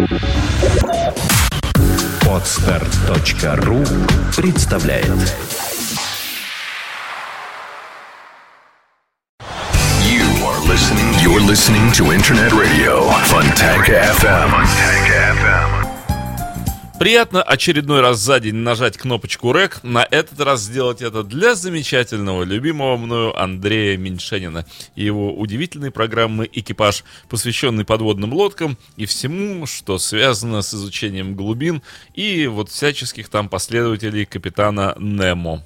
Podster.ru представляет. You're listening to Internet Radio Fontanka FM. Приятно очередной раз за день нажать кнопочку «Рек», на этот раз сделать это для замечательного, любимого мною Андрея Меньшенина и его удивительной программы «Экипаж», посвященной подводным лодкам и всему, что связано с изучением глубин и вот всяческих там последователей капитана Немо.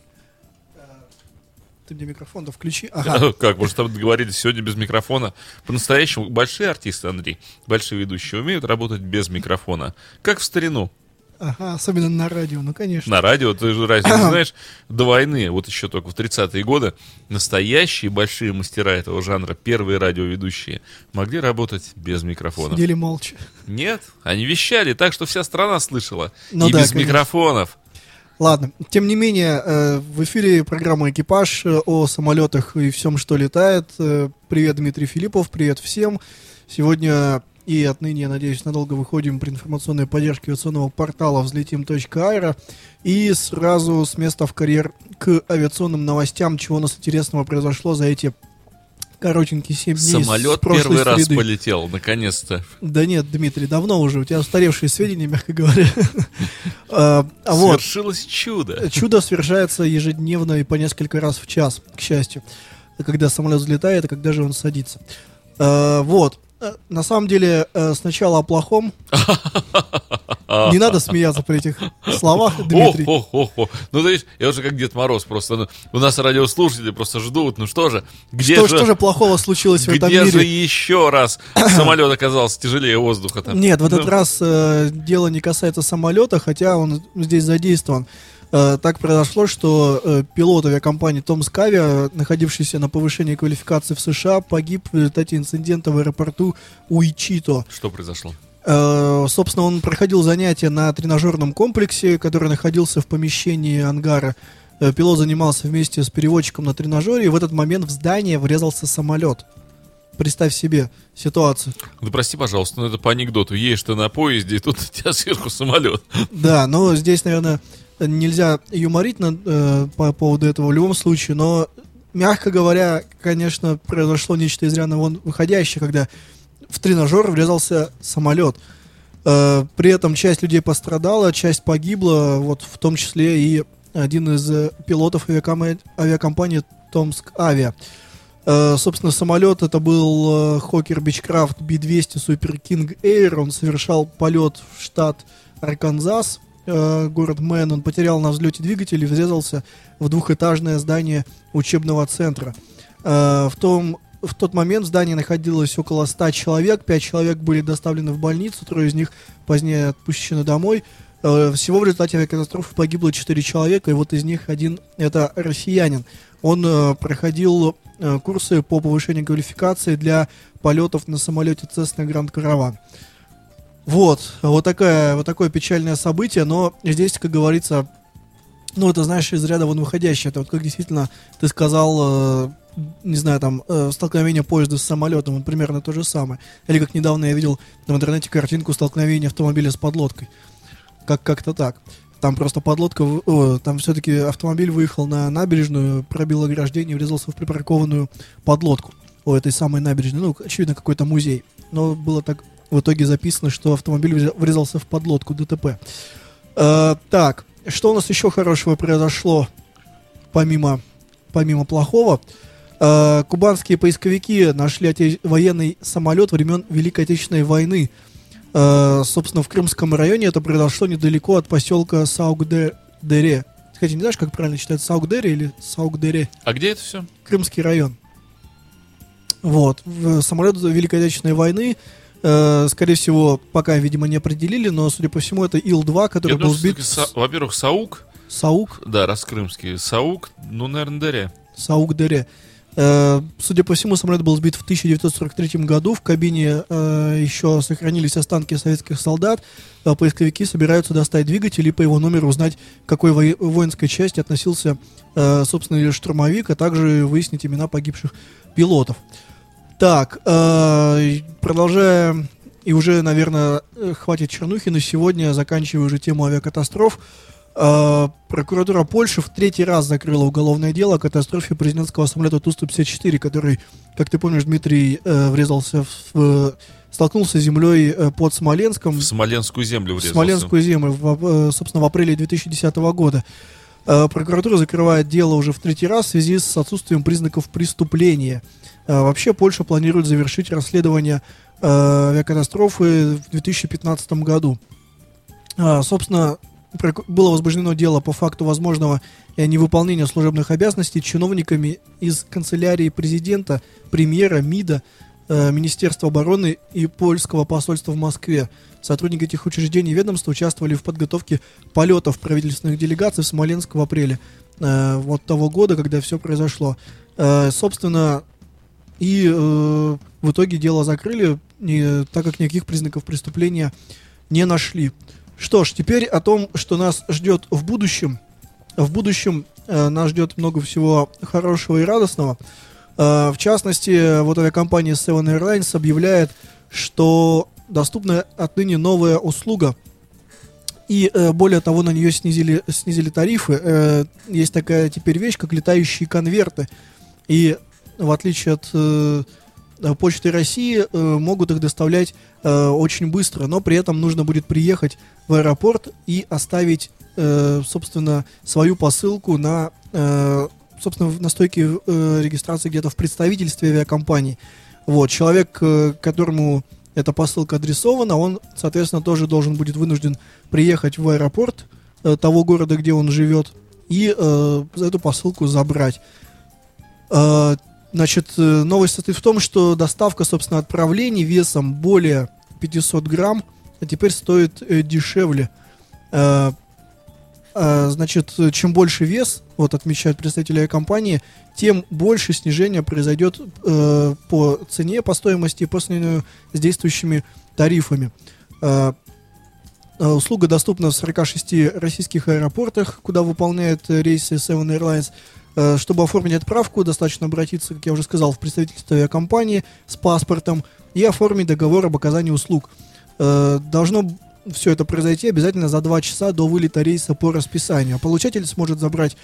Ты мне микрофон-то включи. Ага. Как, может, там договорились сегодня без микрофона? По-настоящему большие артисты, Андрей, большие ведущие умеют работать без микрофона, как в старину. Ага, особенно на радио, ну конечно. На радио, ты же разве не знаешь, до войны, вот еще только в 30-е годы, настоящие большие мастера этого жанра, первые радиоведущие, могли работать без микрофонов. Сидели молча. Нет, они вещали так, что вся страна слышала. Ну и да, без конечно. микрофонов. Ладно, тем не менее, в эфире программа «Экипаж» о самолетах и всем, что летает. Привет, Дмитрий Филиппов, привет всем. Сегодня и отныне, я надеюсь, надолго выходим при информационной поддержке авиационного портала взлетим.аэро. И сразу с места в карьер к авиационным новостям, чего у нас интересного произошло за эти коротенькие 7 дней. Самолет первый раз полетел, наконец-то. Да нет, Дмитрий, давно уже. У тебя устаревшие сведения, мягко говоря. Свершилось чудо. Чудо совершается ежедневно и по несколько раз в час, к счастью. Когда самолет взлетает, и когда же он садится. Вот. На самом деле, сначала о плохом. Не надо смеяться при этих словах, Дмитрий. Ну, ты видишь, я уже как Дед Мороз просто. У нас радиослушатели просто ждут. Ну что же, что же плохого случилось в этом мире? Где же еще раз самолет оказался тяжелее воздуха там? Нет, в этот раз дело не касается самолета, хотя он здесь задействован. Так произошло, что пилот авиакомпании Томск Авиа, находившийся на повышении квалификации в США, погиб в результате инцидента в аэропорту Уичито. Что произошло? Собственно, он проходил занятия на тренажерном комплексе, который находился в помещении ангара. Пилот занимался вместе с переводчиком на тренажере, и в этот момент в здание врезался самолет. Представь себе ситуацию. Да прости, пожалуйста, но это по анекдоту. Едешь ты на поезде, и тут у тебя сверху самолет. Да, но здесь, наверное, нельзя юморить по поводу этого в любом случае, но, мягко говоря, конечно, произошло нечто из ряда вон выходящее, когда в тренажер врезался самолет. При этом часть людей пострадала, часть погибла, вот в том числе и один из пилотов авиакомпании Томск Авиа. Собственно, самолет это был Hawker Beechcraft B-200 Super King Air. Он совершал полет в штат Арканзас, город Мэн. Он потерял на взлете двигатель и врезался в двухэтажное здание учебного центра. В тот момент в здании находилось около 100 человек. 5 человек были доставлены в больницу, 3 из них позднее отпущены домой. Всего в результате авиакатастрофы погибло 4 человека, и вот из них один это россиянин. Он проходил курсы по повышению квалификации для полетов на самолете Cessna Grand Caravan. Вот такое печальное событие, но здесь, как говорится, ну, это, знаешь, из ряда вон выходящее. Это вот как действительно ты сказал, не знаю, там, столкновение поезда с самолетом, вот примерно то же самое. Или как недавно я видел в интернете картинку столкновения автомобиля с подлодкой. Как-то так. Там просто подлодка, там все-таки автомобиль выехал на набережную, пробил ограждение, врезался в припаркованную подлодку у этой самой набережной. Ну, очевидно, какой-то музей. Но было так в итоге записано, что автомобиль врезался в подлодку, ДТП. Так, что у нас еще хорошего произошло, помимо плохого? Кубанские поисковики нашли военный самолет времен Великой Отечественной войны. Собственно, в Крымском районе это произошло недалеко от поселка Саук-Дере. Кстати, не знаешь, как правильно читается, Саук-Дере или Саук-Дере? А где это все? Крымский район. Вот. Самолет Великой Отечественной войны, скорее всего, пока, видимо, не определили, но, судя по всему, это Ил-2, который был сбит... Во-первых, Саук. Саук? Да, раз крымский. Саук, ну, наверное, Дере. Саук-Дере. Судя по всему, самолет был сбит в 1943 году. В кабине еще сохранились останки советских солдат. Поисковики собираются достать двигатель и по его номеру узнать, к какой воинской части относился, собственно, штурмовик, а также выяснить имена погибших пилотов. Так, продолжая И уже, наверное, хватит чернухи, но сегодня, заканчивая уже тему авиакатастроф, прокуратура Польши в 3-й раз закрыла уголовное дело о катастрофе президентского самолета Ту-154, который, как ты помнишь, Дмитрий, столкнулся с землей под Смоленском. В Смоленскую землю врезался. В Смоленскую землю, собственно, в апреле 2010 года. Прокуратура закрывает дело уже в 3-й раз в связи с отсутствием признаков преступления. Вообще, Польша планирует завершить расследование авиакатастрофы в 2015 году. Собственно, было возбуждено дело по факту возможного невыполнения служебных обязанностей чиновниками из канцелярии президента, премьера, МИДа, Министерства обороны и польского посольства в Москве. Сотрудники этих учреждений и ведомств участвовали в подготовке полетов правительственных делегаций в Смоленск в апреле вот того года, когда все произошло. Собственно, и в итоге дело закрыли, так как никаких признаков преступления не нашли. Что ж, теперь о том, что нас ждет в будущем. В будущем нас ждет много всего хорошего и радостного. В частности, вот авиакомпания Seven Airlines объявляет, что доступна отныне новая услуга. И более того, на нее снизили тарифы. Есть такая теперь вещь, как летающие конверты. И в отличие от Почты России, могут их доставлять очень быстро, но при этом нужно будет приехать в аэропорт и оставить, собственно, свою посылку на стойке регистрации где-то в представительстве авиакомпании. Вот, человек, которому эта посылка адресована, он, соответственно, тоже должен будет вынужден приехать в аэропорт того города, где он живет, и эту посылку забрать. Значит, новость состоит в том, что доставка, собственно, отправлений весом более 500 грамм теперь стоит дешевле. Значит, чем больше вес, вот отмечают представители авиакомпании, тем больше снижение произойдет по цене, по стоимости, по сравнению с действующими тарифами. Услуга доступна в 46 российских аэропортах, куда выполняют рейсы Seven Airlines. Чтобы оформить отправку, достаточно обратиться, как я уже сказал, в представительство авиакомпании с паспортом и оформить договор об оказании услуг. Должно все это произойти обязательно за 2 часа до вылета рейса по расписанию. Получатель сможет забрать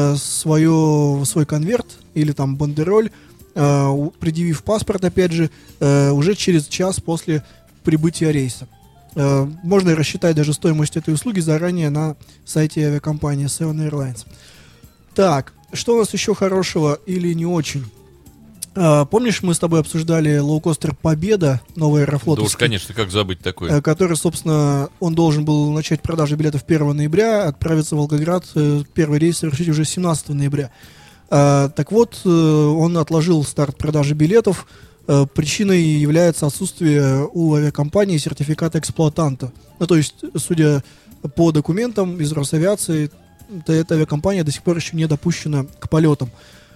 свой конверт или там бандероль, предъявив паспорт, опять же, уже через час после прибытия рейса. Можно рассчитать даже стоимость этой услуги заранее на сайте авиакомпании Seven Airlines. Так, что у нас еще хорошего или не очень? Помнишь, мы с тобой обсуждали лоукостер «Победа», новый аэрофлотовский? Да уж, конечно, как забыть такое? Который, собственно, он должен был начать продажи билетов 1 ноября, отправиться в Волгоград, первый рейс совершить уже 17 ноября. Так вот, он отложил старт продажи билетов. Причиной является отсутствие у авиакомпании сертификата эксплуатанта. Ну, то есть, судя по документам из Росавиации, эта авиакомпания до сих пор еще не допущена к полетам.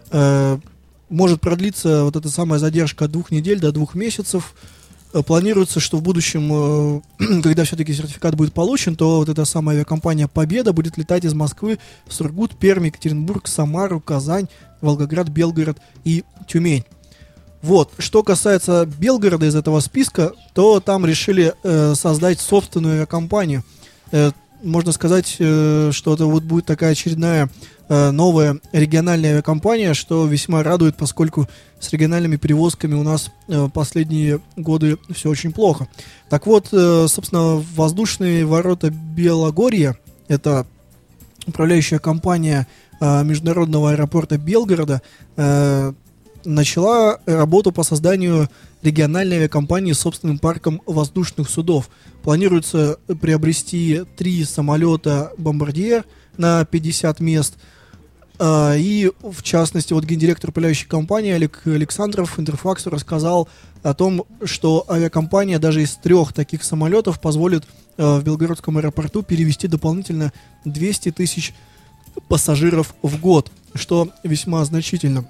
Может продлиться вот эта самая задержка от 2 недель до 2 месяцев. Планируется, что в будущем, когда все-таки сертификат будет получен, то вот эта самая авиакомпания «Победа» будет летать из Москвы в Сургут, Пермь, Екатеринбург, Самару, Казань, Волгоград, Белгород и Тюмень. Вот. Что касается Белгорода из этого списка, то там решили создать собственную авиакомпанию. Можно сказать, что это вот будет такая очередная новая региональная авиакомпания, что весьма радует, поскольку с региональными перевозками у нас последние годы все очень плохо. Так вот, собственно, воздушные ворота Белогорья, это управляющая компания международного аэропорта Белгорода, начала работу по созданию региональной авиакомпании с собственным парком воздушных судов. Планируется приобрести 3 самолета «Бомбардьер» на 50 мест. И, в частности, вот гендиректор управляющей компании Олег Александров Интерфаксу рассказал о том, что авиакомпания даже из 3 таких самолетов позволит в Белгородском аэропорту перевести дополнительно 200 тысяч пассажиров в год, что весьма значительно.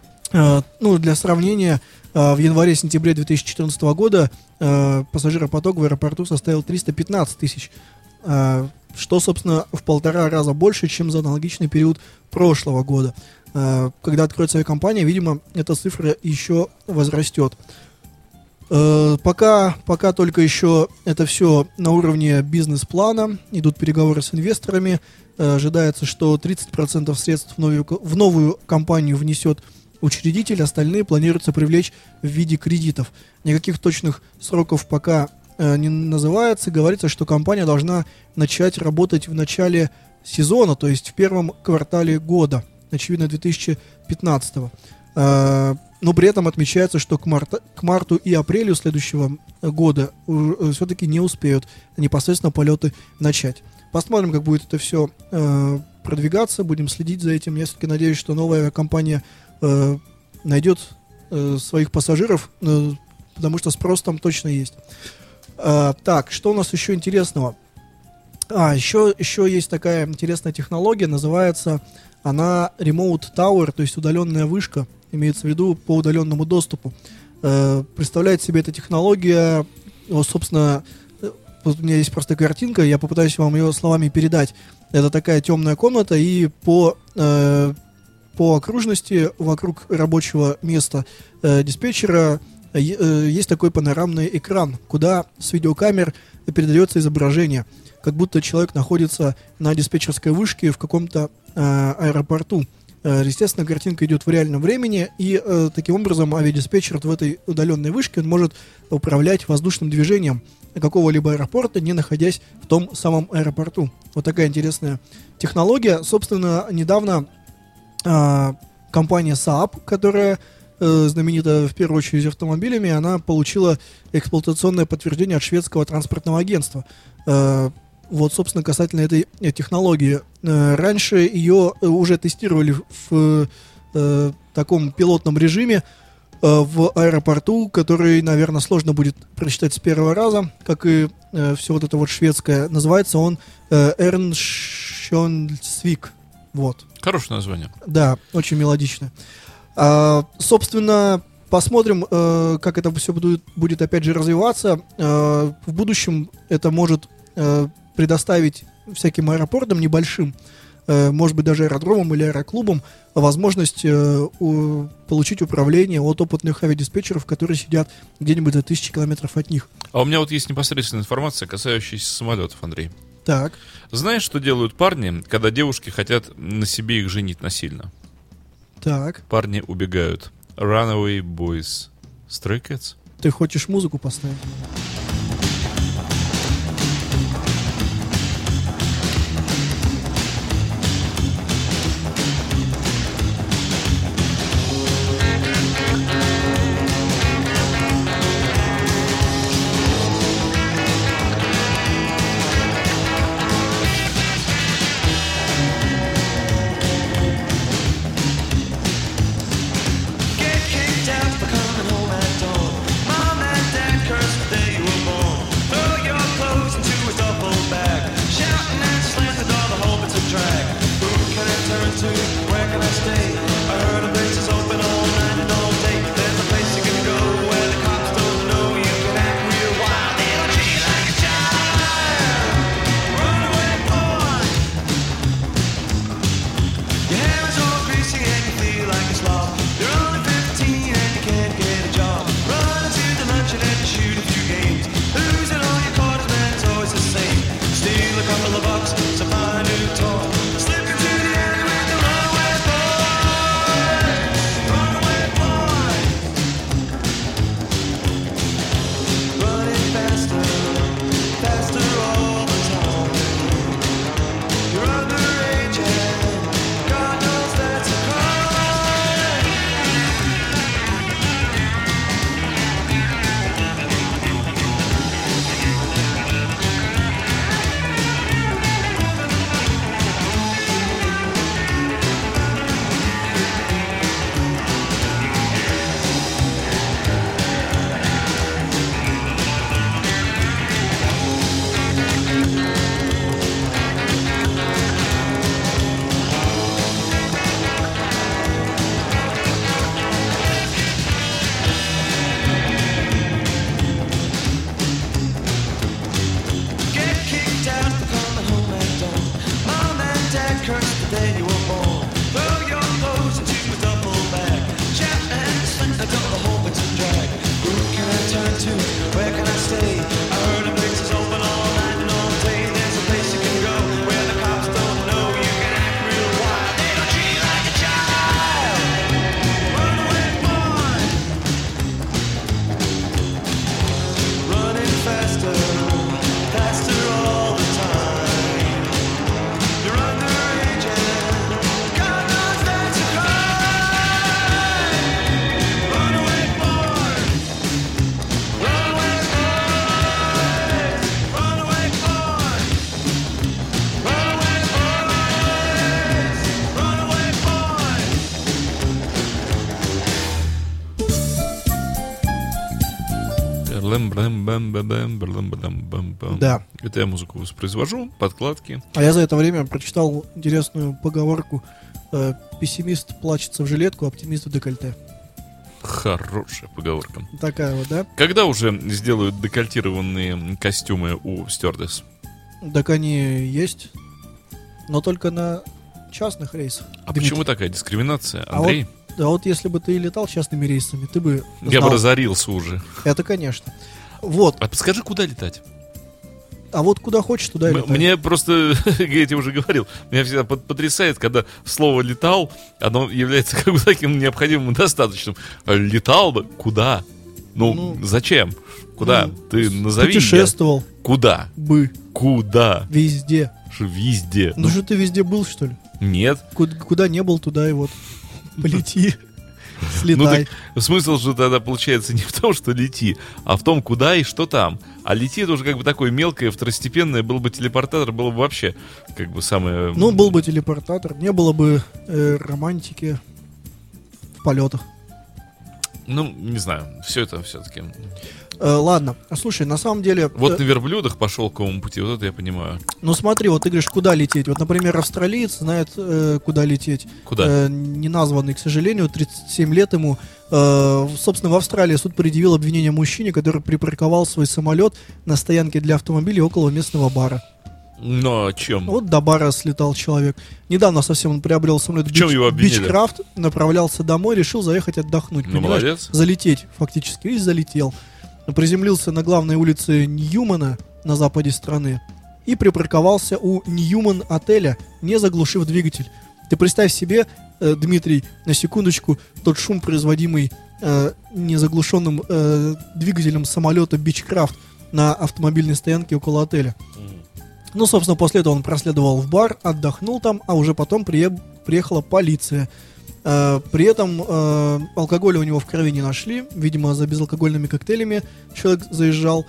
Для сравнения, в январе-сентябре 2014 года пассажиропоток в аэропорту составил 315 тысяч, что, собственно, в 1,5 раза больше, чем за аналогичный период прошлого года. Когда откроется авиакомпания, видимо, эта цифра еще возрастет. Пока только еще это все на уровне бизнес-плана, идут переговоры с инвесторами, ожидается, что 30% средств в новую компанию внесет учредитель, остальные планируется привлечь в виде кредитов. Никаких точных сроков пока не называется, говорится, что компания должна начать работать в начале сезона, то есть в первом квартале года, очевидно, 2015. Но при этом отмечается, что к марту и апрелю следующего года все-таки не успеют непосредственно полеты начать. Посмотрим, как будет это все продвигаться, будем следить за этим. Я все-таки надеюсь, что новая компания найдет своих пассажиров, потому что спрос там точно есть. Так, что у нас еще интересного? Еще есть такая интересная технология, называется она Remote Tower, то есть удаленная вышка, имеется в виду по удаленному доступу. Представляет себе эта технология, собственно, вот у меня есть просто картинка, я попытаюсь вам ее словами передать. Это такая темная комната, и по окружности вокруг рабочего места диспетчера есть такой панорамный экран, куда с видеокамер передается изображение, как будто человек находится на диспетчерской вышке в каком-то аэропорту. Естественно, картинка идет в реальном времени, и таким образом авиадиспетчер в этой удаленной вышке он может управлять воздушным движением какого-либо аэропорта, не находясь в том самом аэропорту. Вот такая интересная технология. Собственно, недавно компания Saab, которая знаменита в первую очередь автомобилями, она получила эксплуатационное подтверждение от шведского транспортного агентства. Вот, собственно, касательно этой технологии. Раньше ее уже тестировали в таком пилотном режиме в аэропорту, который, наверное, сложно будет прочитать с первого раза, как и все вот это вот шведское. Называется он Эрншёнсвик. Вот. Хорошее название. Да, очень мелодично. Собственно, посмотрим, как это все будет опять же развиваться. В будущем это может предоставить всяким аэропортам небольшим, может быть, даже аэродромам или аэроклубам, возможность получить управление от опытных авиадиспетчеров, которые сидят где-нибудь за 1000 километров от них. А у меня вот есть непосредственная информация, касающаяся самолетов, Андрей. Так. Знаешь, что делают парни, когда девушки хотят на себе их женить насильно? Так. Парни убегают. Runaway Boys. Stray Cats. Ты хочешь музыку поставить? Get kicked out for coming home at dawn. Mom and dad cursed the day Да. Это я музыку воспроизвожу, подкладки. А я за это время прочитал интересную поговорку: пессимист плачется в жилетку, оптимист в декольте. Хорошая поговорка. Такая вот, да? Когда уже сделают декольтированные костюмы у стюардесс? Так они есть, но только на частных рейсах. А Дмитрий. почему такая дискриминация, А Андрей? Да вот если бы ты летал частными рейсами, ты бы Я бы знал. разорился уже. Это, конечно. Вот. А подскажи, куда летать? А вот куда хочешь, туда и летай. Мне просто, я тебе уже говорил, меня всегда потрясает, когда слово «летал», оно является как бы таким необходимым и достаточным. Летал бы? Куда? Ну, зачем? Куда? ну, Ты назови. Путешествовал Куда? бы Куда? везде. Везде. Ну что, ты везде был, что ли? Нет. Куда не был, туда и вот. Полети, Ну слетай. так смысл же тогда получается не в том, что лети, а в том, куда и что там. А лети это уже как бы такое мелкое, второстепенное. Был бы телепортатор, было бы вообще как бы самое... Ну, был бы телепортатор, не было бы романтики в полетах. Ну, не знаю, все это все-таки... Ладно, слушай, на самом деле... Вот на верблюдах по шелковому пути, вот это я понимаю. Ну смотри, вот ты говоришь, куда лететь. Вот, например, австралиец знает, куда лететь. Куда? Не названный, к сожалению, 37 лет ему. Собственно, в Австралии суд предъявил обвинение мужчине, который припарковал свой самолет на стоянке для автомобилей около местного бара. Но о чем? Вот до бара слетал человек. Недавно совсем он приобрел самолет В чем его обвинили? Бичкрафт, направлялся домой, решил заехать отдохнуть. Ну, понимаешь? молодец. Залететь фактически. И залетел. Приземлился на главной улице Ньюмана на западе страны и припарковался у Ньюман отеля, не заглушив двигатель. Ты представь себе, Дмитрий, на секундочку, тот шум, производимый незаглушенным двигателем самолета Бичкрафт на автомобильной стоянке около отеля. Ну, собственно, после этого он проследовал в бар, отдохнул там, а уже потом приехала полиция. При этом алкоголя у него в крови не нашли. Видимо, за безалкогольными коктейлями человек заезжал.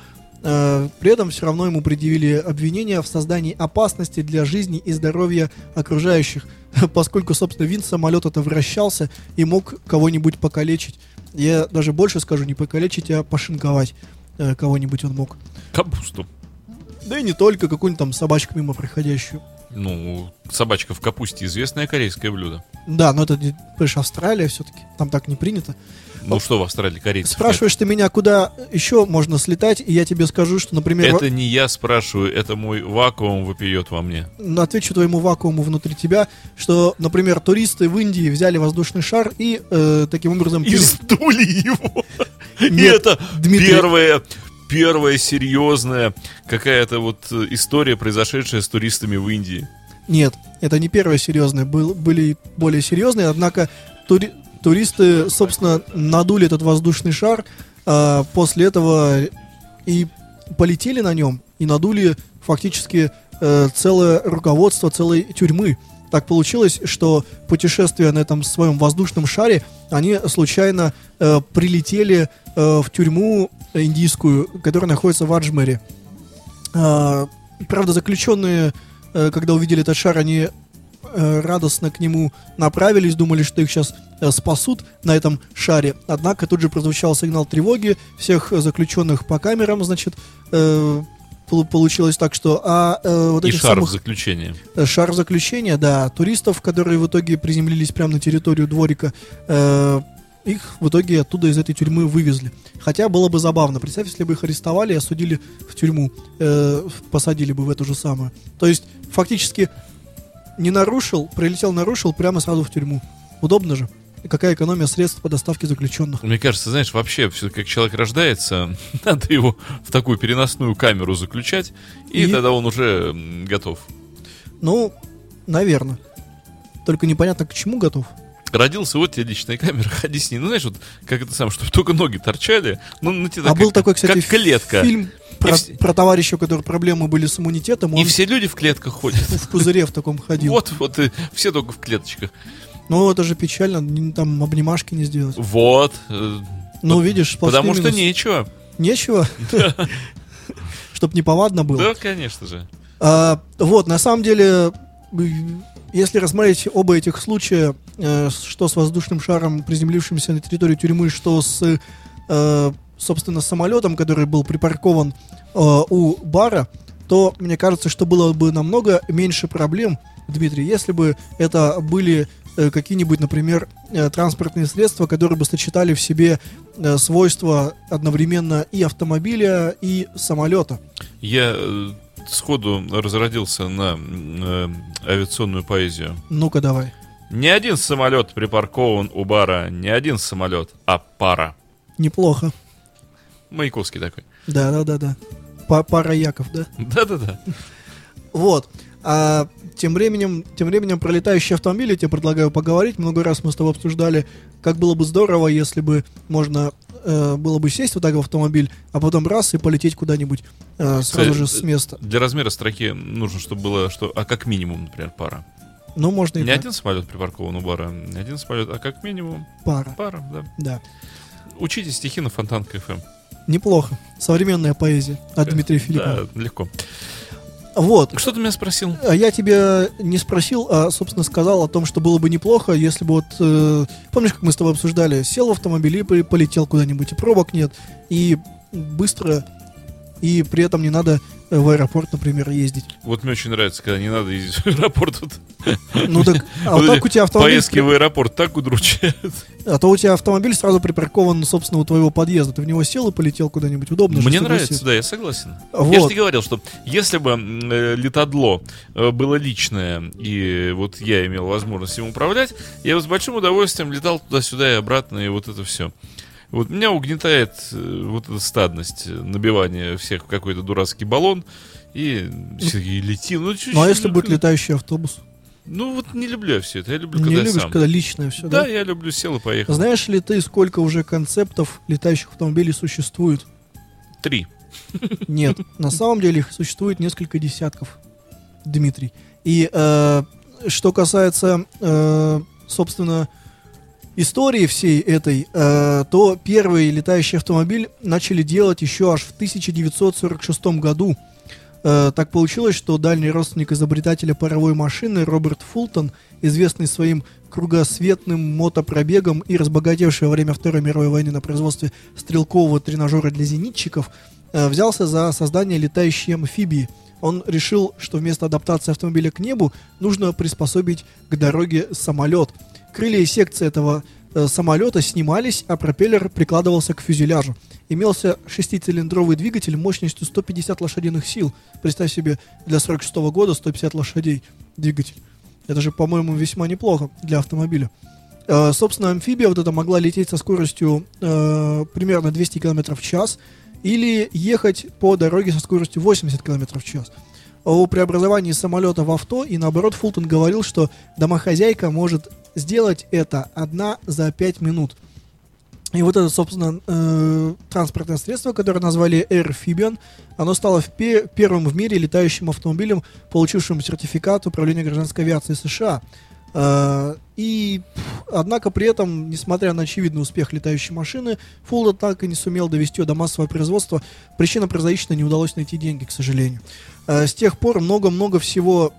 При этом все равно ему предъявили обвинение в создании опасности для жизни и здоровья окружающих, поскольку, собственно, винт самолета-то вращался и мог кого-нибудь покалечить. Я даже больше скажу, не покалечить, а пошинковать кого-нибудь он мог. Капусту. Да и не только, какую-нибудь там собачку мимо проходящую. Ну, собачка в капусте — известное корейское блюдо. Да, но это, понимаешь, Австралия все-таки, там так не принято. Ну что в Австралии корейцев Спрашиваешь ты меня, куда еще можно слетать, и я тебе скажу, что, например... нет? Это не я спрашиваю, это мой вакуум вопиет во мне. Отвечу твоему вакууму внутри тебя, что, например, туристы в Индии взяли воздушный шар и таким образом... И сдули его. И Нет, это Дмитрий. первая серьезная какая-то вот история, произошедшая с туристами в Индии. Нет, это не первое серьезное, были более серьезные, однако туристы, собственно, надули этот воздушный шар, после этого и полетели на нем, и надули фактически целое руководство целой тюрьмы. Так получилось, что путешествуя на этом своем воздушном шаре, они случайно прилетели в тюрьму индийскую, которая находится в Аджмере. Правда, заключенные, когда увидели этот шар, они радостно к нему направились, думали, что их сейчас спасут на этом шаре. Однако тут же прозвучал сигнал тревоги, всех заключенных по камерам, значит, получилось так, что... вот И этих шар в самых... заключение. Шар заключения, да, туристов, которые в итоге приземлились прямо на территорию дворика, их в итоге оттуда из этой тюрьмы вывезли. Хотя было бы забавно. Представь, если бы их арестовали и осудили в тюрьму, посадили бы в эту же самую. То есть, фактически, не нарушил, нарушил, прямо сразу в тюрьму. Удобно же. И какая экономия средств по доставке заключенных. Мне кажется, знаешь, вообще, все как человек рождается, надо его в такую переносную камеру заключать, и тогда он уже готов. Ну, наверное. Только непонятно, к чему готов. Родился, вот тебе личная камера, ходи с ней. Ну, знаешь, вот как это самое, чтобы только ноги торчали. Ну, на тебя Был такой, кстати, как клетка. фильм про товарища, у которого проблемы были с иммунитетом. И все люди в клетках ходят. В пузыре в таком ходил. Вот, и все только в клеточках. Ну, это же печально, там обнимашки не сделать. Вот. Ну, видишь, потому что минус. нечего. Нечего? Чтоб неповадно было. Да, конечно же. Вот, на самом деле, если рассмотреть оба этих случая, что с воздушным шаром, приземлившимся на территорию тюрьмы, что с собственно, самолетом, который был припаркован у бара, то мне кажется, что было бы намного меньше проблем, Дмитрий, если бы это были какие-нибудь, например, транспортные средства, которые бы сочетали в себе свойства одновременно и автомобиля, и самолета. Я сходу разродился на авиационную поэзию. Ну-ка, давай. Не один самолет припаркован у бара, не один самолет, а пара. Неплохо. Маяковский такой. Да. Пара Яков, да? Да. Вот. А тем временем про летающие автомобили я тебе предлагаю поговорить. Много раз мы с тобой обсуждали, как было бы здорово, если бы можно было бы сесть вот так в автомобиль, а потом раз и полететь куда-нибудь сразу же с места. Для размера строки нужно, чтобы было, как минимум, например, пара. Ну, можно и не так. один самолет припаркован у бара, не один самолет, а как минимум пара, да. Да. Учите стихи на Фонтанка ФМ. Неплохо. Современная поэзия от Дмитрия Филиппова. Да, легко. Вот. Что ты меня спросил? Я тебя не спросил, а, собственно, сказал о том, что было бы неплохо, если бы вот... помнишь, как мы с тобой обсуждали? Сел в автомобиль и полетел куда-нибудь, и пробок нет, и быстро, и при этом не надо в аэропорт, например, ездить. Вот мне очень нравится, когда не надо ездить в аэропорт. Ну так, а вот так у тебя автомобиль... Поездки в аэропорт так удручают. А то у тебя автомобиль сразу припаркован, собственно, у твоего подъезда. Ты в него сел и полетел куда-нибудь. Удобно. Мне нравится, да, я согласен. Вот. Я же тебе говорил, что если бы летадло было личное, и вот я имел возможность им управлять, я бы с большим удовольствием летал туда-сюда и обратно, и вот это все. Вот меня угнетает вот эта стадность набивания всех в какой-то дурацкий баллон и летим. Ну а если будет летающий автобус? Ну вот не люблю я все это, я люблю, не когда любишь, сам. когда личное все, да? Да, я люблю, сел и поехал. Знаешь ли ты, сколько уже концептов летающих автомобилей существует? 3. Нет, на самом деле их существует несколько десятков, Дмитрий. И что касается, собственно, истории всей этой, то первый летающий автомобиль начали делать еще аж в 1946 году. Так получилось, что дальний родственник изобретателя паровой машины Роберт Фултон, известный своим кругосветным мотопробегом и разбогатевший во время Второй мировой войны на производстве стрелкового тренажера для зенитчиков, взялся за создание летающей амфибии. Он решил, что вместо адаптации автомобиля к небу нужно приспособить к дороге самолет. Крылья и секции этого самолета снимались, а пропеллер прикладывался к фюзеляжу. Имелся 6-цилиндровый двигатель мощностью 150 лошадиных сил. Представь себе, для 46 года 150 лошадей двигатель. Это же, по-моему, весьма неплохо для автомобиля. Собственно, амфибия вот эта могла лететь со скоростью примерно 200 км в час или ехать по дороге со скоростью 80 км в час. О преобразовании самолета в авто и наоборот Фултон говорил, что домохозяйка может сделать это одна за 5 минут. И вот это, собственно, транспортное средство, которое назвали Airphibian, оно стало первым в мире летающим автомобилем, получившим сертификат Управления гражданской авиации США. И, однако, при этом, несмотря на очевидный успех летающей машины, Фултон так и не сумел довести ее до массового производства. Причина прозаичная: не удалось найти деньги, к сожалению. С тех пор много-много всего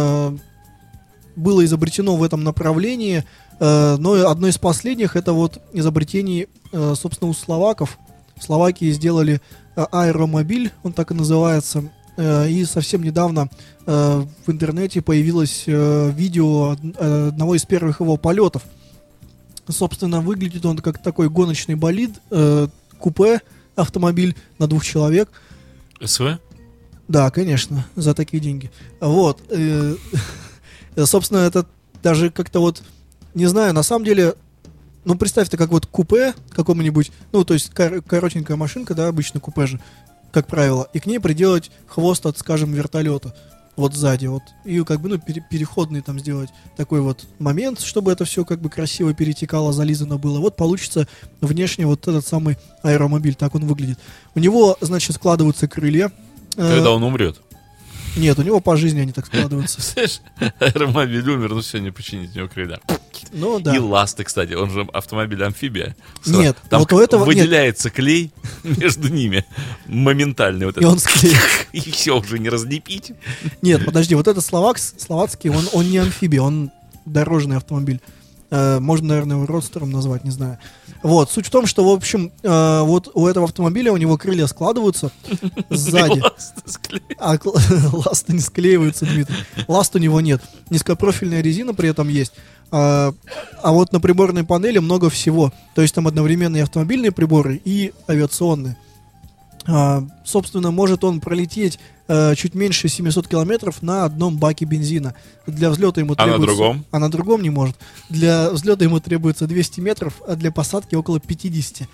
было изобретено в этом направлении, но одно из последних — это вот изобретение, собственно, у словаков. Словакии сделали аэромобиль, он так и называется, и совсем недавно в интернете появилось видео одного из первых его полетов. Собственно, выглядит он как такой гоночный болид, купе, автомобиль на 2 человек. СВ? Да, конечно, за такие деньги. Вот. Собственно, это даже как-то вот, не знаю, на самом деле, ну, представь-то, как вот купе какому-нибудь, ну, то есть коротенькая машинка, да, обычно купе же, как правило, и к ней приделать хвост от, скажем, вертолета, вот сзади, вот, и как бы, ну, переходный там сделать такой вот момент, чтобы это все как бы красиво перетекало, зализано было. Вот получится внешне вот этот самый аэромобиль, так он выглядит. У него, значит, складываются крылья. Когда он умрет. Нет, у него по жизни они так складываются. Знаешь, аэромобиль умер, ну все, не починить у него крылья. Ну да. И ласты, кстати, он же автомобиль-амфибия. Нет, там вот у этого выделяется клей между ними моментально. Вот и он склеит. И все, уже не разлепить. Нет, подожди, вот этот словацкий, он не амфибия, он дорожный автомобиль. Можно, наверное, его родстером назвать, не знаю. Вот, суть в том, что, в общем, вот у этого автомобиля у него крылья складываются сзади. Ласты не склеиваются, Дмитрий. Ласт у него нет. Низкопрофильная резина при этом есть. А вот на приборной панели много всего. То есть там одновременно и автомобильные приборы, и авиационные. Собственно, может он пролететь чуть меньше 700 километров на одном баке бензина. Для взлета ему требуется... А на другом? А на другом не может. Для взлета ему требуется 200 метров, а для посадки около 50.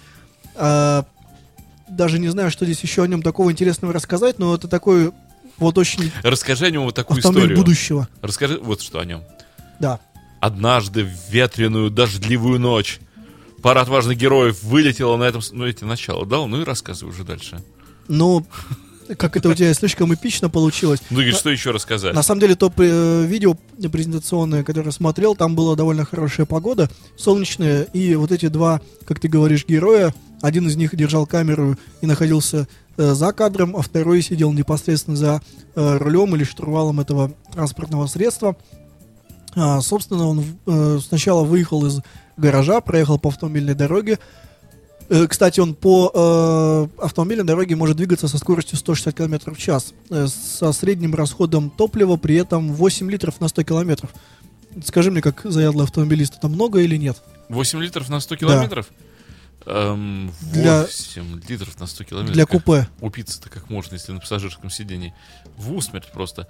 Даже не знаю, что здесь еще о нем такого интересного рассказать, но это такой вот очень... Расскажи о нем вот такую автомобиль историю. Будущего. Расскажи вот что о нем. Да. Однажды в ветреную дождливую ночь пара отважных героев вылетела на этом... Ну, эти начало дал, ну и рассказывай уже дальше. Ну, как это у тебя слишком эпично получилось. Ну и что еще рассказать? На самом деле, то видео презентационное, которое смотрел, там была довольно хорошая погода, солнечная, и вот эти два, как ты говоришь, героя, один из них держал камеру и находился за кадром, а второй сидел непосредственно за рулем или штурвалом этого транспортного средства. Собственно, он сначала выехал из гаража, проехал по автомобильной дороге. Кстати, он по автомобильной дороге может двигаться со скоростью 160 км в час, со средним расходом топлива, при этом 8 литров на 100 километров. Скажи мне, как заядлый автомобилист, это много или нет? 8 литров на 100 километров? Да. 8 литров на 100 километров. Для купе. Упиться-то как можно, если на пассажирском сидении. В усмерть просто.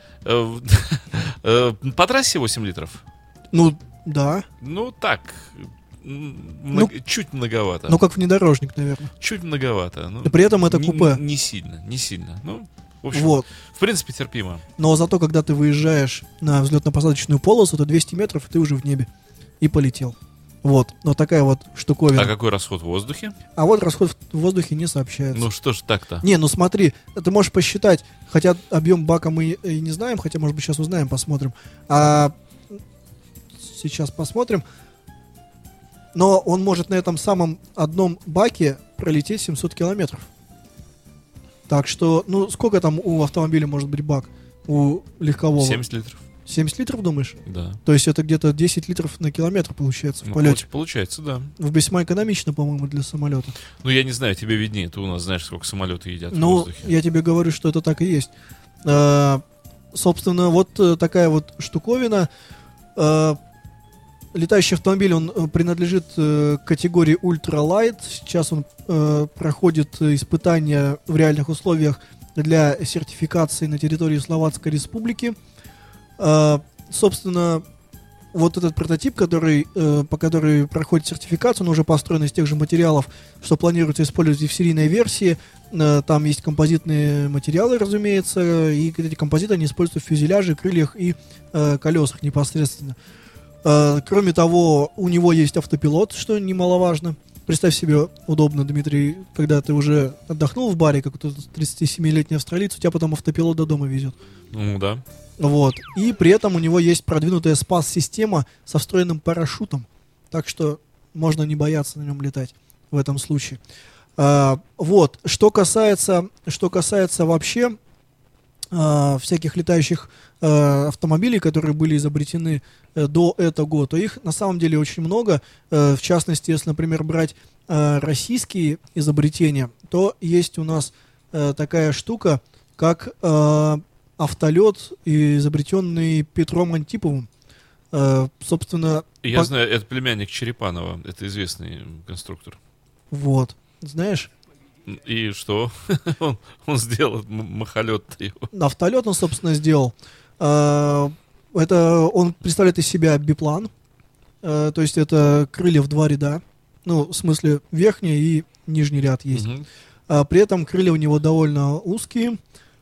По трассе 8 литров? Ну, да. Ну, так... чуть многовато. Ну, как внедорожник, наверное. Чуть многовато. Ну, и при этом это купе. Не сильно. Ну, в общем, вот. В принципе, терпимо. Но зато, когда ты выезжаешь на взлетно-посадочную полосу, то 200 метров, и ты уже в небе. И полетел. Вот. Вот такая вот штуковина. А какой расход в воздухе? А вот расход в воздухе не сообщается. Ну, что ж так-то? Не, ну смотри, ты можешь посчитать, хотя объем бака мы и не знаем, хотя, может быть, сейчас узнаем, посмотрим. Сейчас посмотрим. Но он может на этом самом одном баке пролететь 700 километров. Так что, ну, сколько там у автомобиля может быть бак? У легкового? 70 литров. 70 литров, думаешь? Да. То есть это где-то 10 литров на километр получается в полете. Получается, да. Весьма экономично, по-моему, для самолета. Ну, я не знаю, тебе виднее. Ты у нас знаешь, сколько самолеты едят в Ну, воздухе. я тебе говорю, что это так и есть. Собственно, вот такая вот штуковина. Летающий автомобиль, он принадлежит категории ультралайт. Сейчас он проходит испытания в реальных условиях для сертификации на территории Словацкой Республики. Собственно, вот этот прототип, по который проходит сертификацию, он уже построен из тех же материалов, что планируется использовать и в серийной версии. Там есть композитные материалы, разумеется, и эти композиты они используются в фюзеляже, крыльях и колесах непосредственно. Кроме того, у него есть автопилот, что немаловажно. Представь себе удобно, Дмитрий, когда ты уже отдохнул в баре, как тот 37-летний австралиец, у тебя потом автопилот до дома везет. Ну, да. Вот. И при этом у него есть продвинутая спас-система со встроенным парашютом. Так что можно не бояться на нем летать в этом случае. Вот. Что касается вообще всяких летающих автомобилей, которые были изобретены до этого, то их на самом деле очень много. В частности, если, например, брать российские изобретения, то есть у нас такая штука, как автолет, изобретенный Петром Антиповым. Собственно... Я знаю, это племянник Черепанова, это известный конструктор. Вот. Знаешь? И что? он сделал махолет-то его. Автолет он, собственно, сделал. Это он представляет из себя биплан. То есть это крылья в 2 ряда. Ну, в смысле, верхний и нижний ряд есть. При этом крылья у него довольно узкие.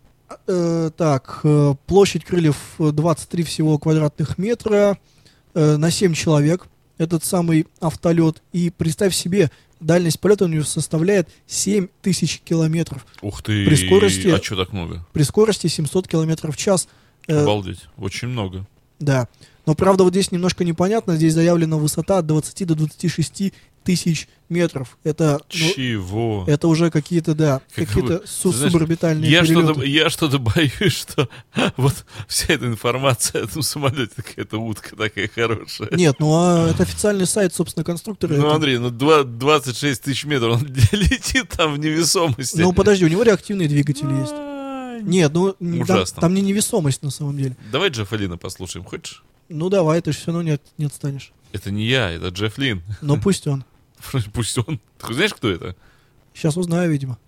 Площадь крыльев 23 всего квадратных метра на 7 человек. Этот самый автолет. И представь себе, дальность полета у него составляет 7000 километров. Ух ты, при скорости, а что так много? При скорости 700 километров в час. Обалдеть, очень много. Да, но правда вот здесь немножко непонятно. Здесь заявлена высота от 20 до 26 тысяч метров. Это, Чего? это уже какие-то, да, Как какие-то бы, знаешь, суборбитальные я перелеты. я что-то боюсь, что вот вся эта информация о этом самолете, какая-то утка такая хорошая. Нет, ну а это официальный сайт, собственно, конструктора. Ну, этого. Андрей, 26 тысяч метров, он летит там в невесомости. Ну, подожди, у него реактивные двигатели есть. Нет, ну, Ужасно. там не невесомость на самом деле. Давай Джеффа Лина послушаем, хочешь? Ну, давай, ты же все равно не отстанешь. Это не я, это Джефф Лин. Но пусть он. Пусть он. Ты знаешь, кто это? Сейчас узнаю, видимо.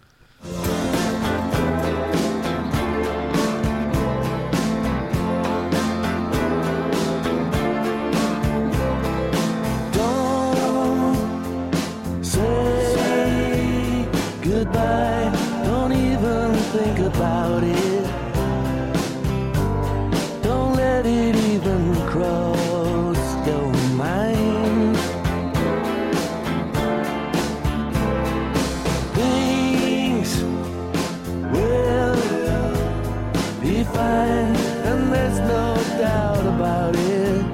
Say goodbye, don't even think about it. Don't let it even cross your mind. Things will be fine, and there's no doubt about it.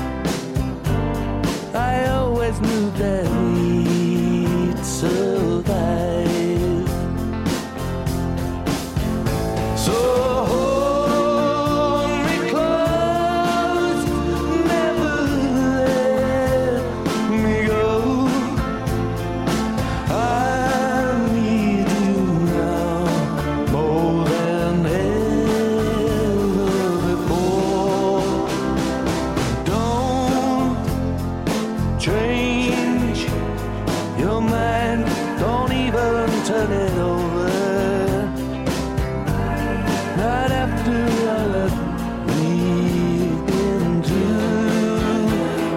I always knew that we'd survive. So hold me close, never let me go. I need you now more than ever before. Don't change your mind, don't even turn it over. Not after all that we've been through.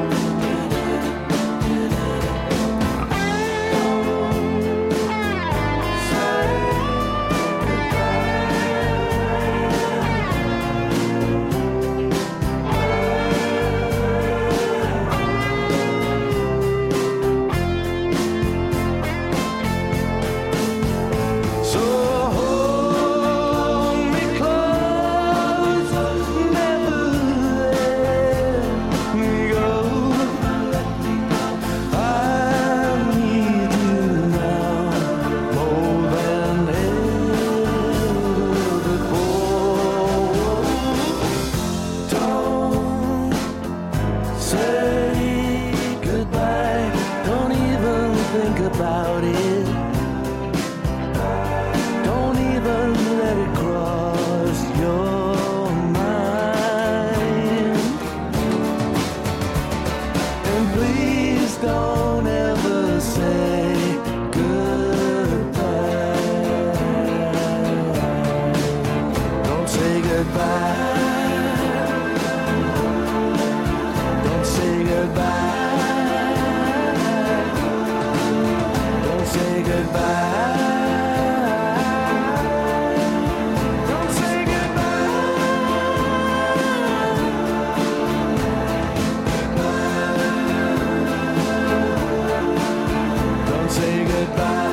So hold me close, never let me go. I need you now more than ever before. Don't say goodbye, don't even think about it. Don't even let it cross your mind. And please don't ever say goodbye. Don't say goodbye. Don't say goodbye. Don't say goodbye. Don't say goodbye. Don't say goodbye.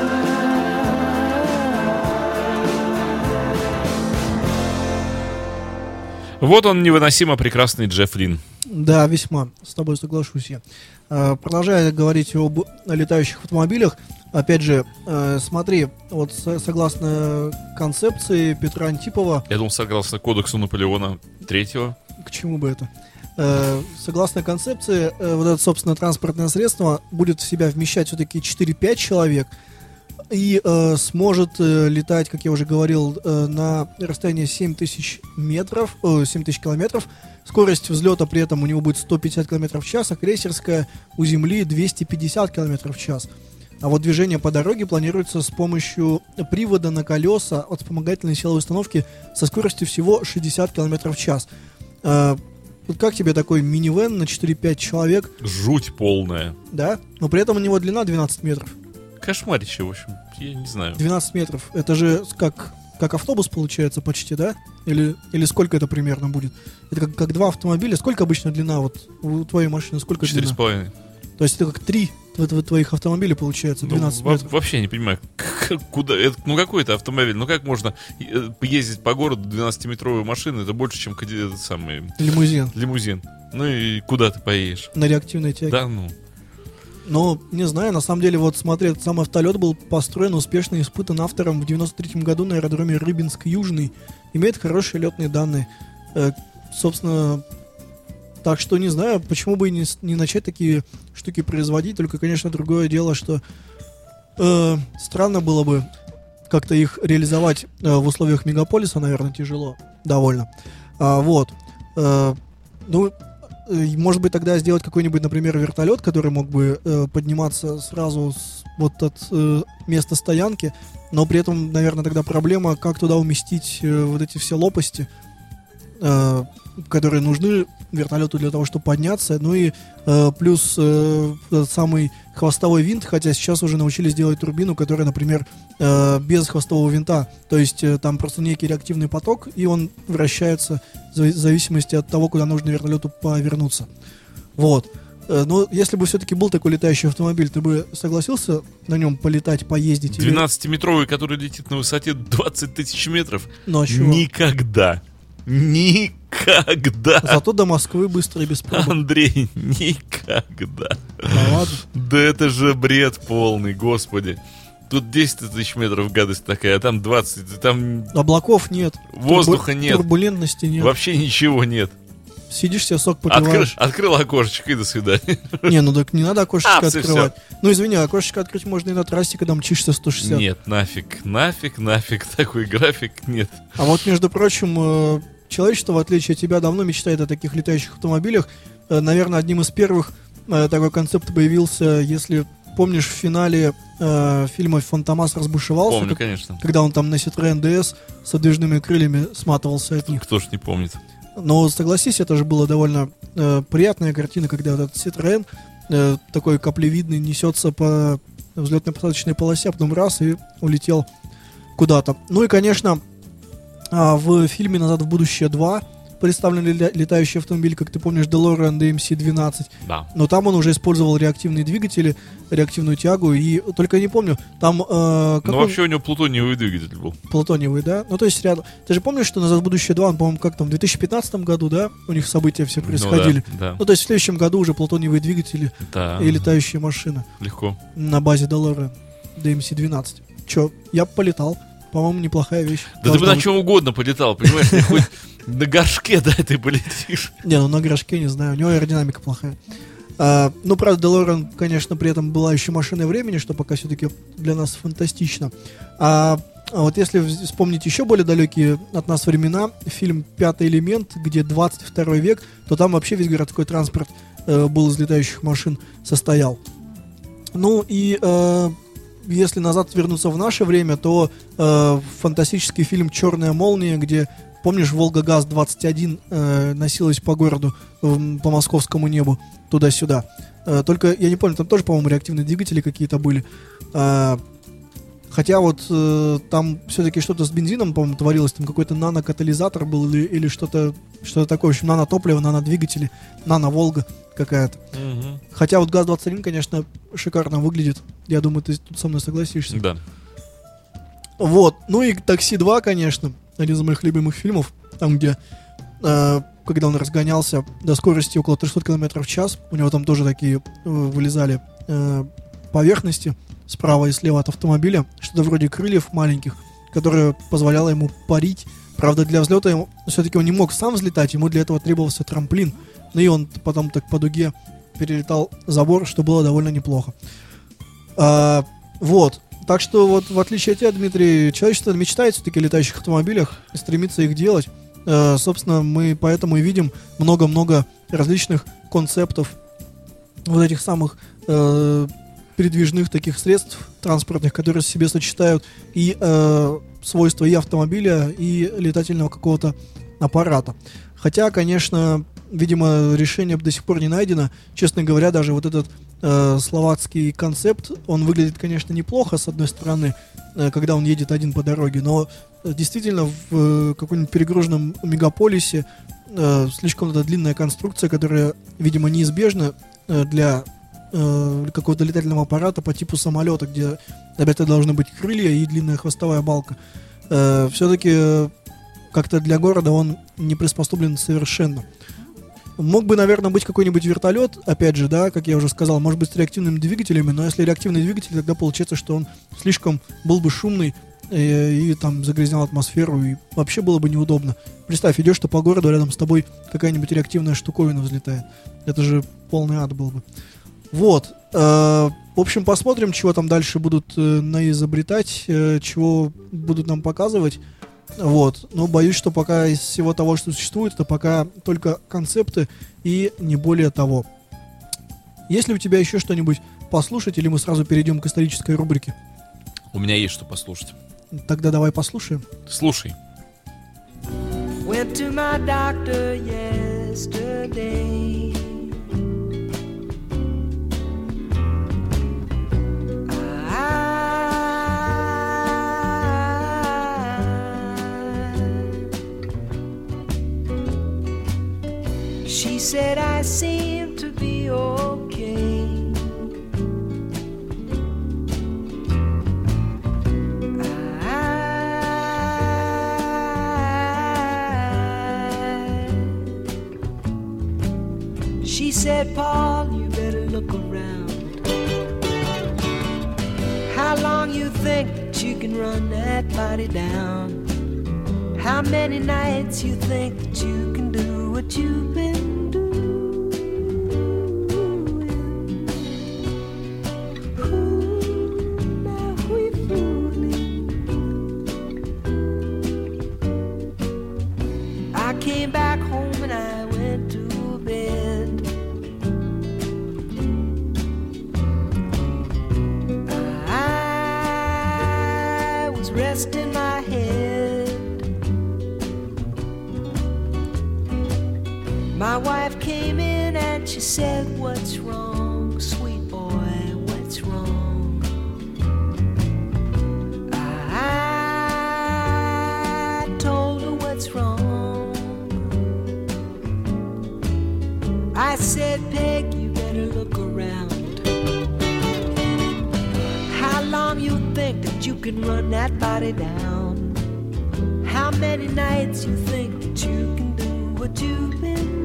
Вот он, невыносимо прекрасный Джефф Лин. Да, весьма. С тобой соглашусь я. Продолжая говорить об летающих автомобилях, опять же, смотри, вот согласно концепции Петра Антипова, Я думал, согласно кодексу Наполеона III. к чему бы это? Согласно концепции, вот это, собственно, транспортное средство будет в себя вмещать все-таки 4-5 человек и сможет летать, как я уже говорил, на расстоянии 7000 метров, 7000 километров. Скорость взлета при этом у него будет 150 км в час, а крейсерская у Земли 250 км в час. А вот движение по дороге планируется с помощью привода на колеса от вспомогательной силовой установки со скоростью всего 60 км в час. Вот как тебе такой минивэн на 4-5 человек, Жуть полная. да? Но при этом у него длина 12 метров. Кошмарище, в общем. Я не знаю. 12 метров. Это же как автобус получается почти, да? Или сколько это примерно будет? Это как два автомобиля. Сколько обычно длина? Вот у твоей машины сколько длина? 4,5. То есть это как 3 твоих автомобилей получается, 12 Ну, метров. вообще не понимаю, куда это, ну какой это автомобиль, ну как можно ездить по городу 12-метровой машиной, это больше, чем этот самый Лимузин лимузин. Ну и куда ты поедешь? на реактивной тяге. Да ну. Но, не знаю, на самом деле, вот смотри, этот сам автолет был построен, успешно испытан автором в 93-м году на аэродроме Рыбинск-Южный. Имеет хорошие летные данные. Собственно, так что не знаю, почему бы и не начать такие штуки производить. Только, конечно, другое дело, что странно было бы как-то их реализовать в условиях мегаполиса, наверное, тяжело довольно. Вот. Ну, может быть, тогда сделать какой-нибудь, например, вертолет, который мог бы подниматься сразу от места стоянки, но при этом, наверное, тогда проблема, как туда уместить вот эти все лопасти, которые нужны вертолету для того, чтобы подняться. Ну и плюс этот самый хвостовой винт, хотя сейчас уже научились делать турбину, которая, например, без хвостового винта. То есть там просто некий реактивный поток, и он вращается в зависимости от того, куда нужно вертолету повернуться. Вот. Но если бы все-таки был такой летающий автомобиль, ты бы согласился на нем полетать, поездить? 12-метровый, который летит на высоте 20 тысяч метров? Ну, а чего? Никогда. Никогда. Зато до Москвы быстро и без пробок. Андрей, никогда. Да ладно. Да это же бред полный, господи. Тут 10 тысяч метров гадость такая, а там 20, там облаков нет. Воздуха нет. Турбулентности нет. Вообще ничего нет. Сидишь себе, сок попиваешь. Открыл окошечко и до свидания. Не, ну так не надо окошечко открывать. Все. Ну извини, окошечко открыть можно и на трассе, когда мчишься 160. Нет, нафиг, такой график нет. А вот, между прочим, человечество, в отличие от тебя, давно мечтает о таких летающих автомобилях. Наверное, одним из первых такой концепт появился, если помнишь, в финале фильма «Фантомас» разбушевался. Помню, конечно. Когда он там на Citroёn DS с выдвижными крыльями сматывался от них. Кто ж не помнит. Но согласись, это же была довольно приятная картина, когда вот этот Citroёn такой каплевидный несется по взлетно-посадочной полосе, а потом раз и улетел куда-то. Ну и, конечно, в фильме «Назад в будущее 2» представлен летающий автомобиль, как ты помнишь, DeLorean DMC-12. Да. Но там он уже использовал реактивные двигатели, реактивную тягу, и только я не помню, там... вообще у него плутониевый двигатель был. Плутониевый, да? Ну, то есть рядом... Ты же помнишь, что «Назад в будущее 2», он, по-моему, как там, в 2015 году, да, у них события все происходили? Ну, да. Ну, то есть в следующем году уже плутониевые двигатели и летающие машины. Легко. На базе DeLorean DMC-12. Че, я полетал. По-моему, неплохая вещь. Да ты бы на чем угодно полетал, понимаешь? Ты хоть на горшке, да, ты полетишь. Не, ну на горшке не знаю, у него аэродинамика плохая. Ну, правда, DeLorean, конечно, при этом была еще машиной времени, что пока все-таки для нас фантастично. А вот если вспомнить еще более далекие от нас времена, фильм «Пятый элемент», где 22 век, то там вообще весь городской транспорт был из летающих машин, состоял. Ну и... Если назад вернуться в наше время, то фантастический фильм «Черная молния», где, помнишь, Волга-ГАЗ-21 носилась по городу, по московскому небу, туда-сюда. Только, я не помню, там тоже, по-моему, реактивные двигатели какие-то были. Хотя вот там все-таки что-то с бензином, по-моему, творилось, там какой-то нанокатализатор был или что-то такое, в общем, нанотопливо, нанодвигатели, нано-Волга какая-то. Угу. Хотя вот ГАЗ-21, конечно, шикарно выглядит. Я думаю, ты тут со мной согласишься. Да. Вот. Ну и «Такси 2», конечно, один из моих любимых фильмов, там, где, когда он разгонялся до скорости около 300 км в час, у него там тоже такие вылезали поверхности справа и слева от автомобиля, что-то вроде крыльев маленьких, которое позволяло ему парить. Правда, для взлета все-таки он не мог сам взлетать, ему для этого требовался трамплин. Ну и он потом так по дуге перелетал забор, что было довольно неплохо. Вот. Так что вот в отличие от тебя, Дмитрий, человечество мечтает все-таки о летающих автомобилях и стремится их делать. Собственно, мы поэтому и видим много-много различных концептов вот этих самых передвижных таких средств транспортных, которые в себе сочетают и свойства и автомобиля, и летательного какого-то аппарата. Хотя, конечно, видимо, решение до сих пор не найдено. Честно говоря, даже вот этот словацкий концепт, он выглядит, конечно, неплохо, с одной стороны, когда он едет один по дороге, но действительно в каком-нибудь перегруженном мегаполисе слишком длинная конструкция, которая, видимо, неизбежна для какого-то летательного аппарата по типу самолета, где обязательно должны быть крылья и длинная хвостовая балка. Все-таки как-то для города он не приспособлен совершенно. Мог бы, наверное, быть какой-нибудь вертолет, опять же, да, как я уже сказал, может быть, с реактивными двигателями, но если реактивный двигатель, тогда получается, что он слишком был бы шумный и там загрязнял атмосферу, и вообще было бы неудобно. Представь, идешь ты по городу, рядом с тобой какая-нибудь реактивная штуковина взлетает. Это же полный ад был бы. Вот. В общем, посмотрим, чего там дальше будут наизобретать, чего будут нам показывать. Вот. Но боюсь, что пока из всего того, что существует, это пока только концепты и не более того. Есть ли у тебя еще что-нибудь послушать, или мы сразу перейдем к исторической рубрике? У меня есть что послушать. Тогда давай послушаем. Слушай. Went to my doctor yesterday. She said I seem to be okay. She said, Paul, you better look around. How long you think that you can run that body down? How many nights you think that you can do what you've been doing? Ooh, now we fooling. I came back home and I went to bed. I was resting my head. My wife came in and she said, what's wrong, sweet boy, what's wrong? I told her what's wrong. I said, Peg, you better look around. How long you think that you can run that body down? How many nights you think that you can do what you've been doing?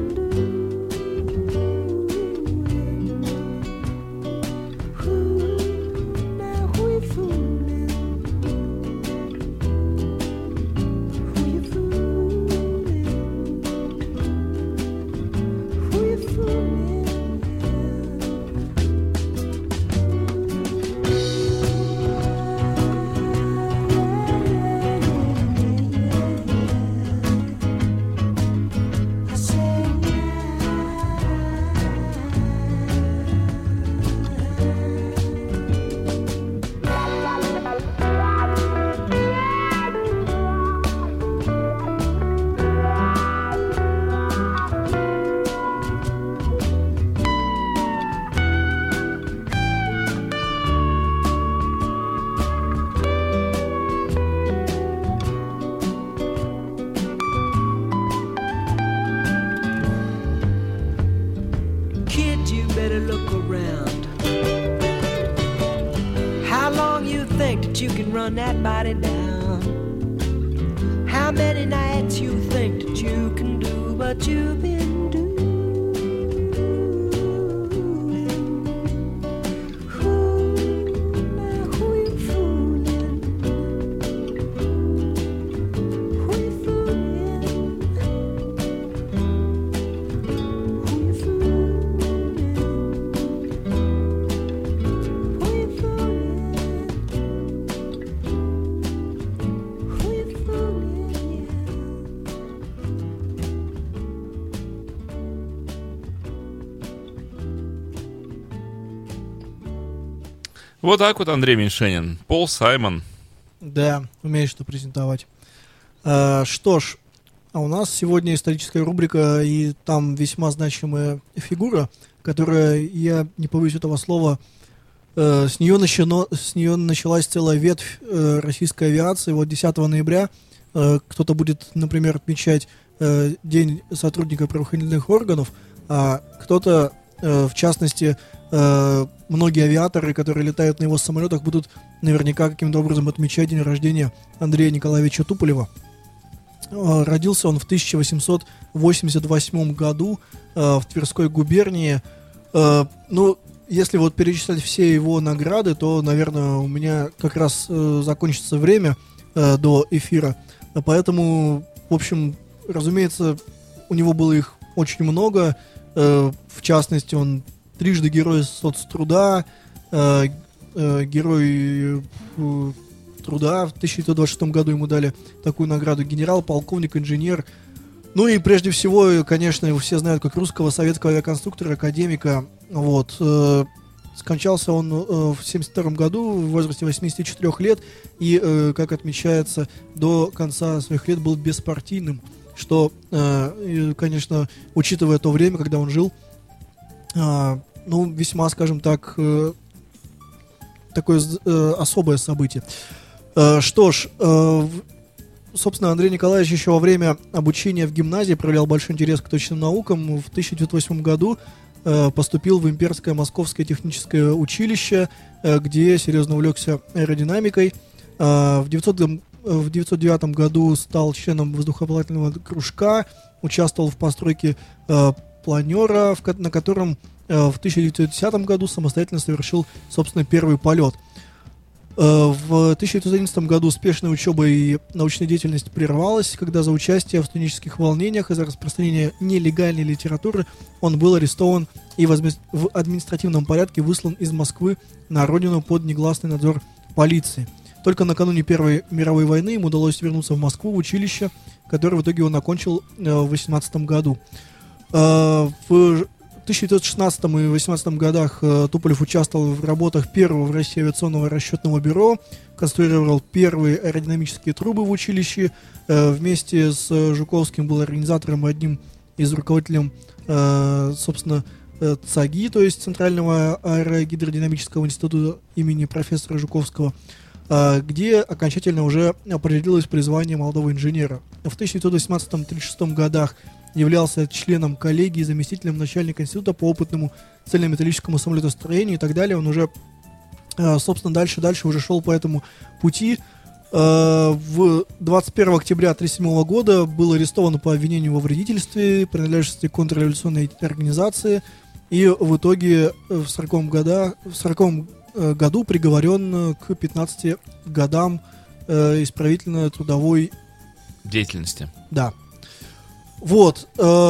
You can run that body down. How many nights you think that you can do what you've been doing? Ooh, now who you fooling? Who you fooling? Who you fooling? Who you fooling? Вот так вот Андрей Меньшенин. Пол Саймон. Да, умеешь что презентовать. Что ж, а у нас сегодня историческая рубрика, и там весьма значимая фигура, которая, я не побоюсь этого слова, с нее началась целая ветвь российской авиации. Вот 10 ноября кто-то будет, например, отмечать День сотрудника правоохранительных органов, а кто-то, в частности, многие авиаторы, которые летают на его самолетах, будут наверняка каким-то образом отмечать день рождения Андрея Николаевича Туполева. Родился он в 1888 году в Тверской губернии. Ну, если вот перечислять все его награды, то, наверное, у меня как раз закончится время до эфира. Поэтому, в общем, разумеется, у него было их очень много. В частности, он трижды герой соцтруда, герой труда. В 1926 году ему дали такую награду: генерал, полковник, инженер. Ну и прежде всего, конечно, его все знают как русского советского авиаконструктора, академика. Вот. Скончался он в 1972 году в возрасте 84 лет и, как отмечается, до конца своих лет был беспартийным, что, конечно, учитывая то время, когда он жил, ну, весьма, скажем так, такое особое событие. Что ж, собственно, Андрей Николаевич еще во время обучения в гимназии проявлял большой интерес к точным наукам. В 1908 году поступил в Имперское Московское техническое училище, где серьезно увлекся аэродинамикой. В 1909 году стал членом воздухоплавательного кружка, участвовал в постройке планера, на котором в 1910 году самостоятельно совершил, собственно, первый полет. В 1911 году успешная учеба и научная деятельность прервалась, когда за участие в студенческих волнениях и за распространение нелегальной литературы он был арестован и в административном порядке выслан из Москвы на родину под негласный надзор полиции. Только накануне Первой мировой войны ему удалось вернуться в Москву в училище, которое в итоге он окончил в 1918 году. В 1916 и 1918 годах Туполев участвовал в работах первого в России авиационного расчетного бюро, конструировал первые аэродинамические трубы в училище, вместе с Жуковским был организатором и одним из руководителем, собственно, ЦАГИ, то есть Центрального аэрогидродинамического института имени профессора Жуковского, где окончательно уже определилось призвание молодого инженера. В 1918-1936 годах являлся членом коллегии, заместителем начальника института по опытному цельнометаллическому самолетостроению и так далее. Он уже, собственно, дальше уже шел по этому пути. В 21 октября 1937 года был арестован по обвинению во вредительстве, принадлежности к контрреволюционной организации, и в итоге в 1940 году приговорен к 15 годам исправительно-трудовой деятельности. Да. Вот,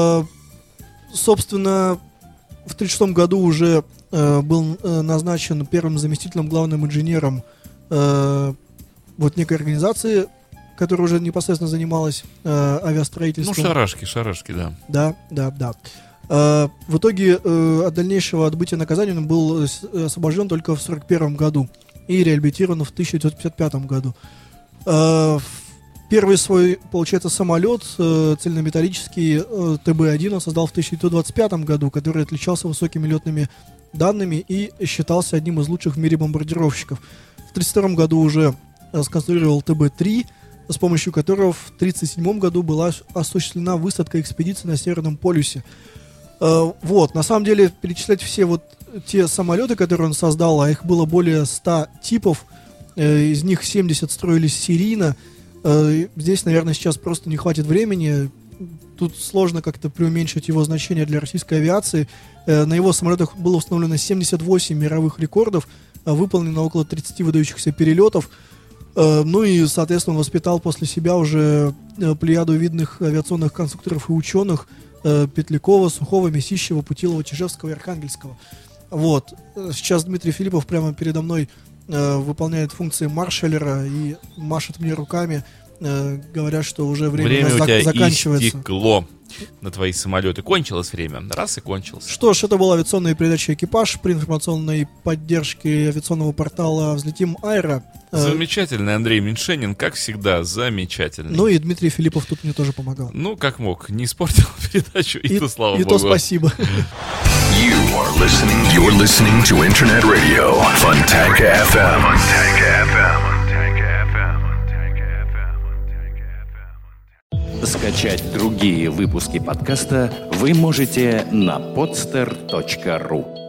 собственно, в 1936 году уже был назначен первым заместителем, главным инженером вот некой организации, которая уже непосредственно занималась авиастроительством. Ну, шарашки, да. Да. В итоге от дальнейшего отбытия наказания он был освобожден только в 1941 году и реабилитирован в 1955 году. Первый свой, получается, самолет цельнометаллический ТБ-1 он создал в 1925 году, который отличался высокими летными данными и считался одним из лучших в мире бомбардировщиков. В 1932 году уже сконструировал ТБ-3, с помощью которого в 1937 году была осуществлена высадка экспедиции на Северном полюсе. Вот, на самом деле, перечислять все вот те самолеты, которые он создал, а их было более 100 типов, из них 70 строились серийно. Здесь, наверное, сейчас просто не хватит времени. Тут сложно как-то преуменьшить его значение для российской авиации. На его самолетах было установлено 78 мировых рекордов, выполнено около 30 выдающихся перелетов. Ну и, соответственно, он воспитал после себя уже плеяду видных авиационных конструкторов и ученых: Петлякова, Сухого, Месищева, Путилова, Чижевского и Архангельского. Вот. Сейчас Дмитрий Филиппов прямо передо мной выполняет функции маршалера и машет мне руками, говоря, что уже время у тебя заканчивается. Истекло на твои самолеты. Кончилось время. Раз и кончилось. Что ж, это была авиационная передача «Экипаж» при информационной поддержке авиационного портала «Взлетим Аэро». Замечательный Андрей Меньшенин, как всегда, замечательный. Ну и Дмитрий Филиппов тут мне тоже помогал. Ну, как мог, не испортил передачу, и то, слава богу. И то спасибо. You're listening to Internet Radio, Fontanka FM. Скачать другие выпуски подкаста вы можете на podster.ru.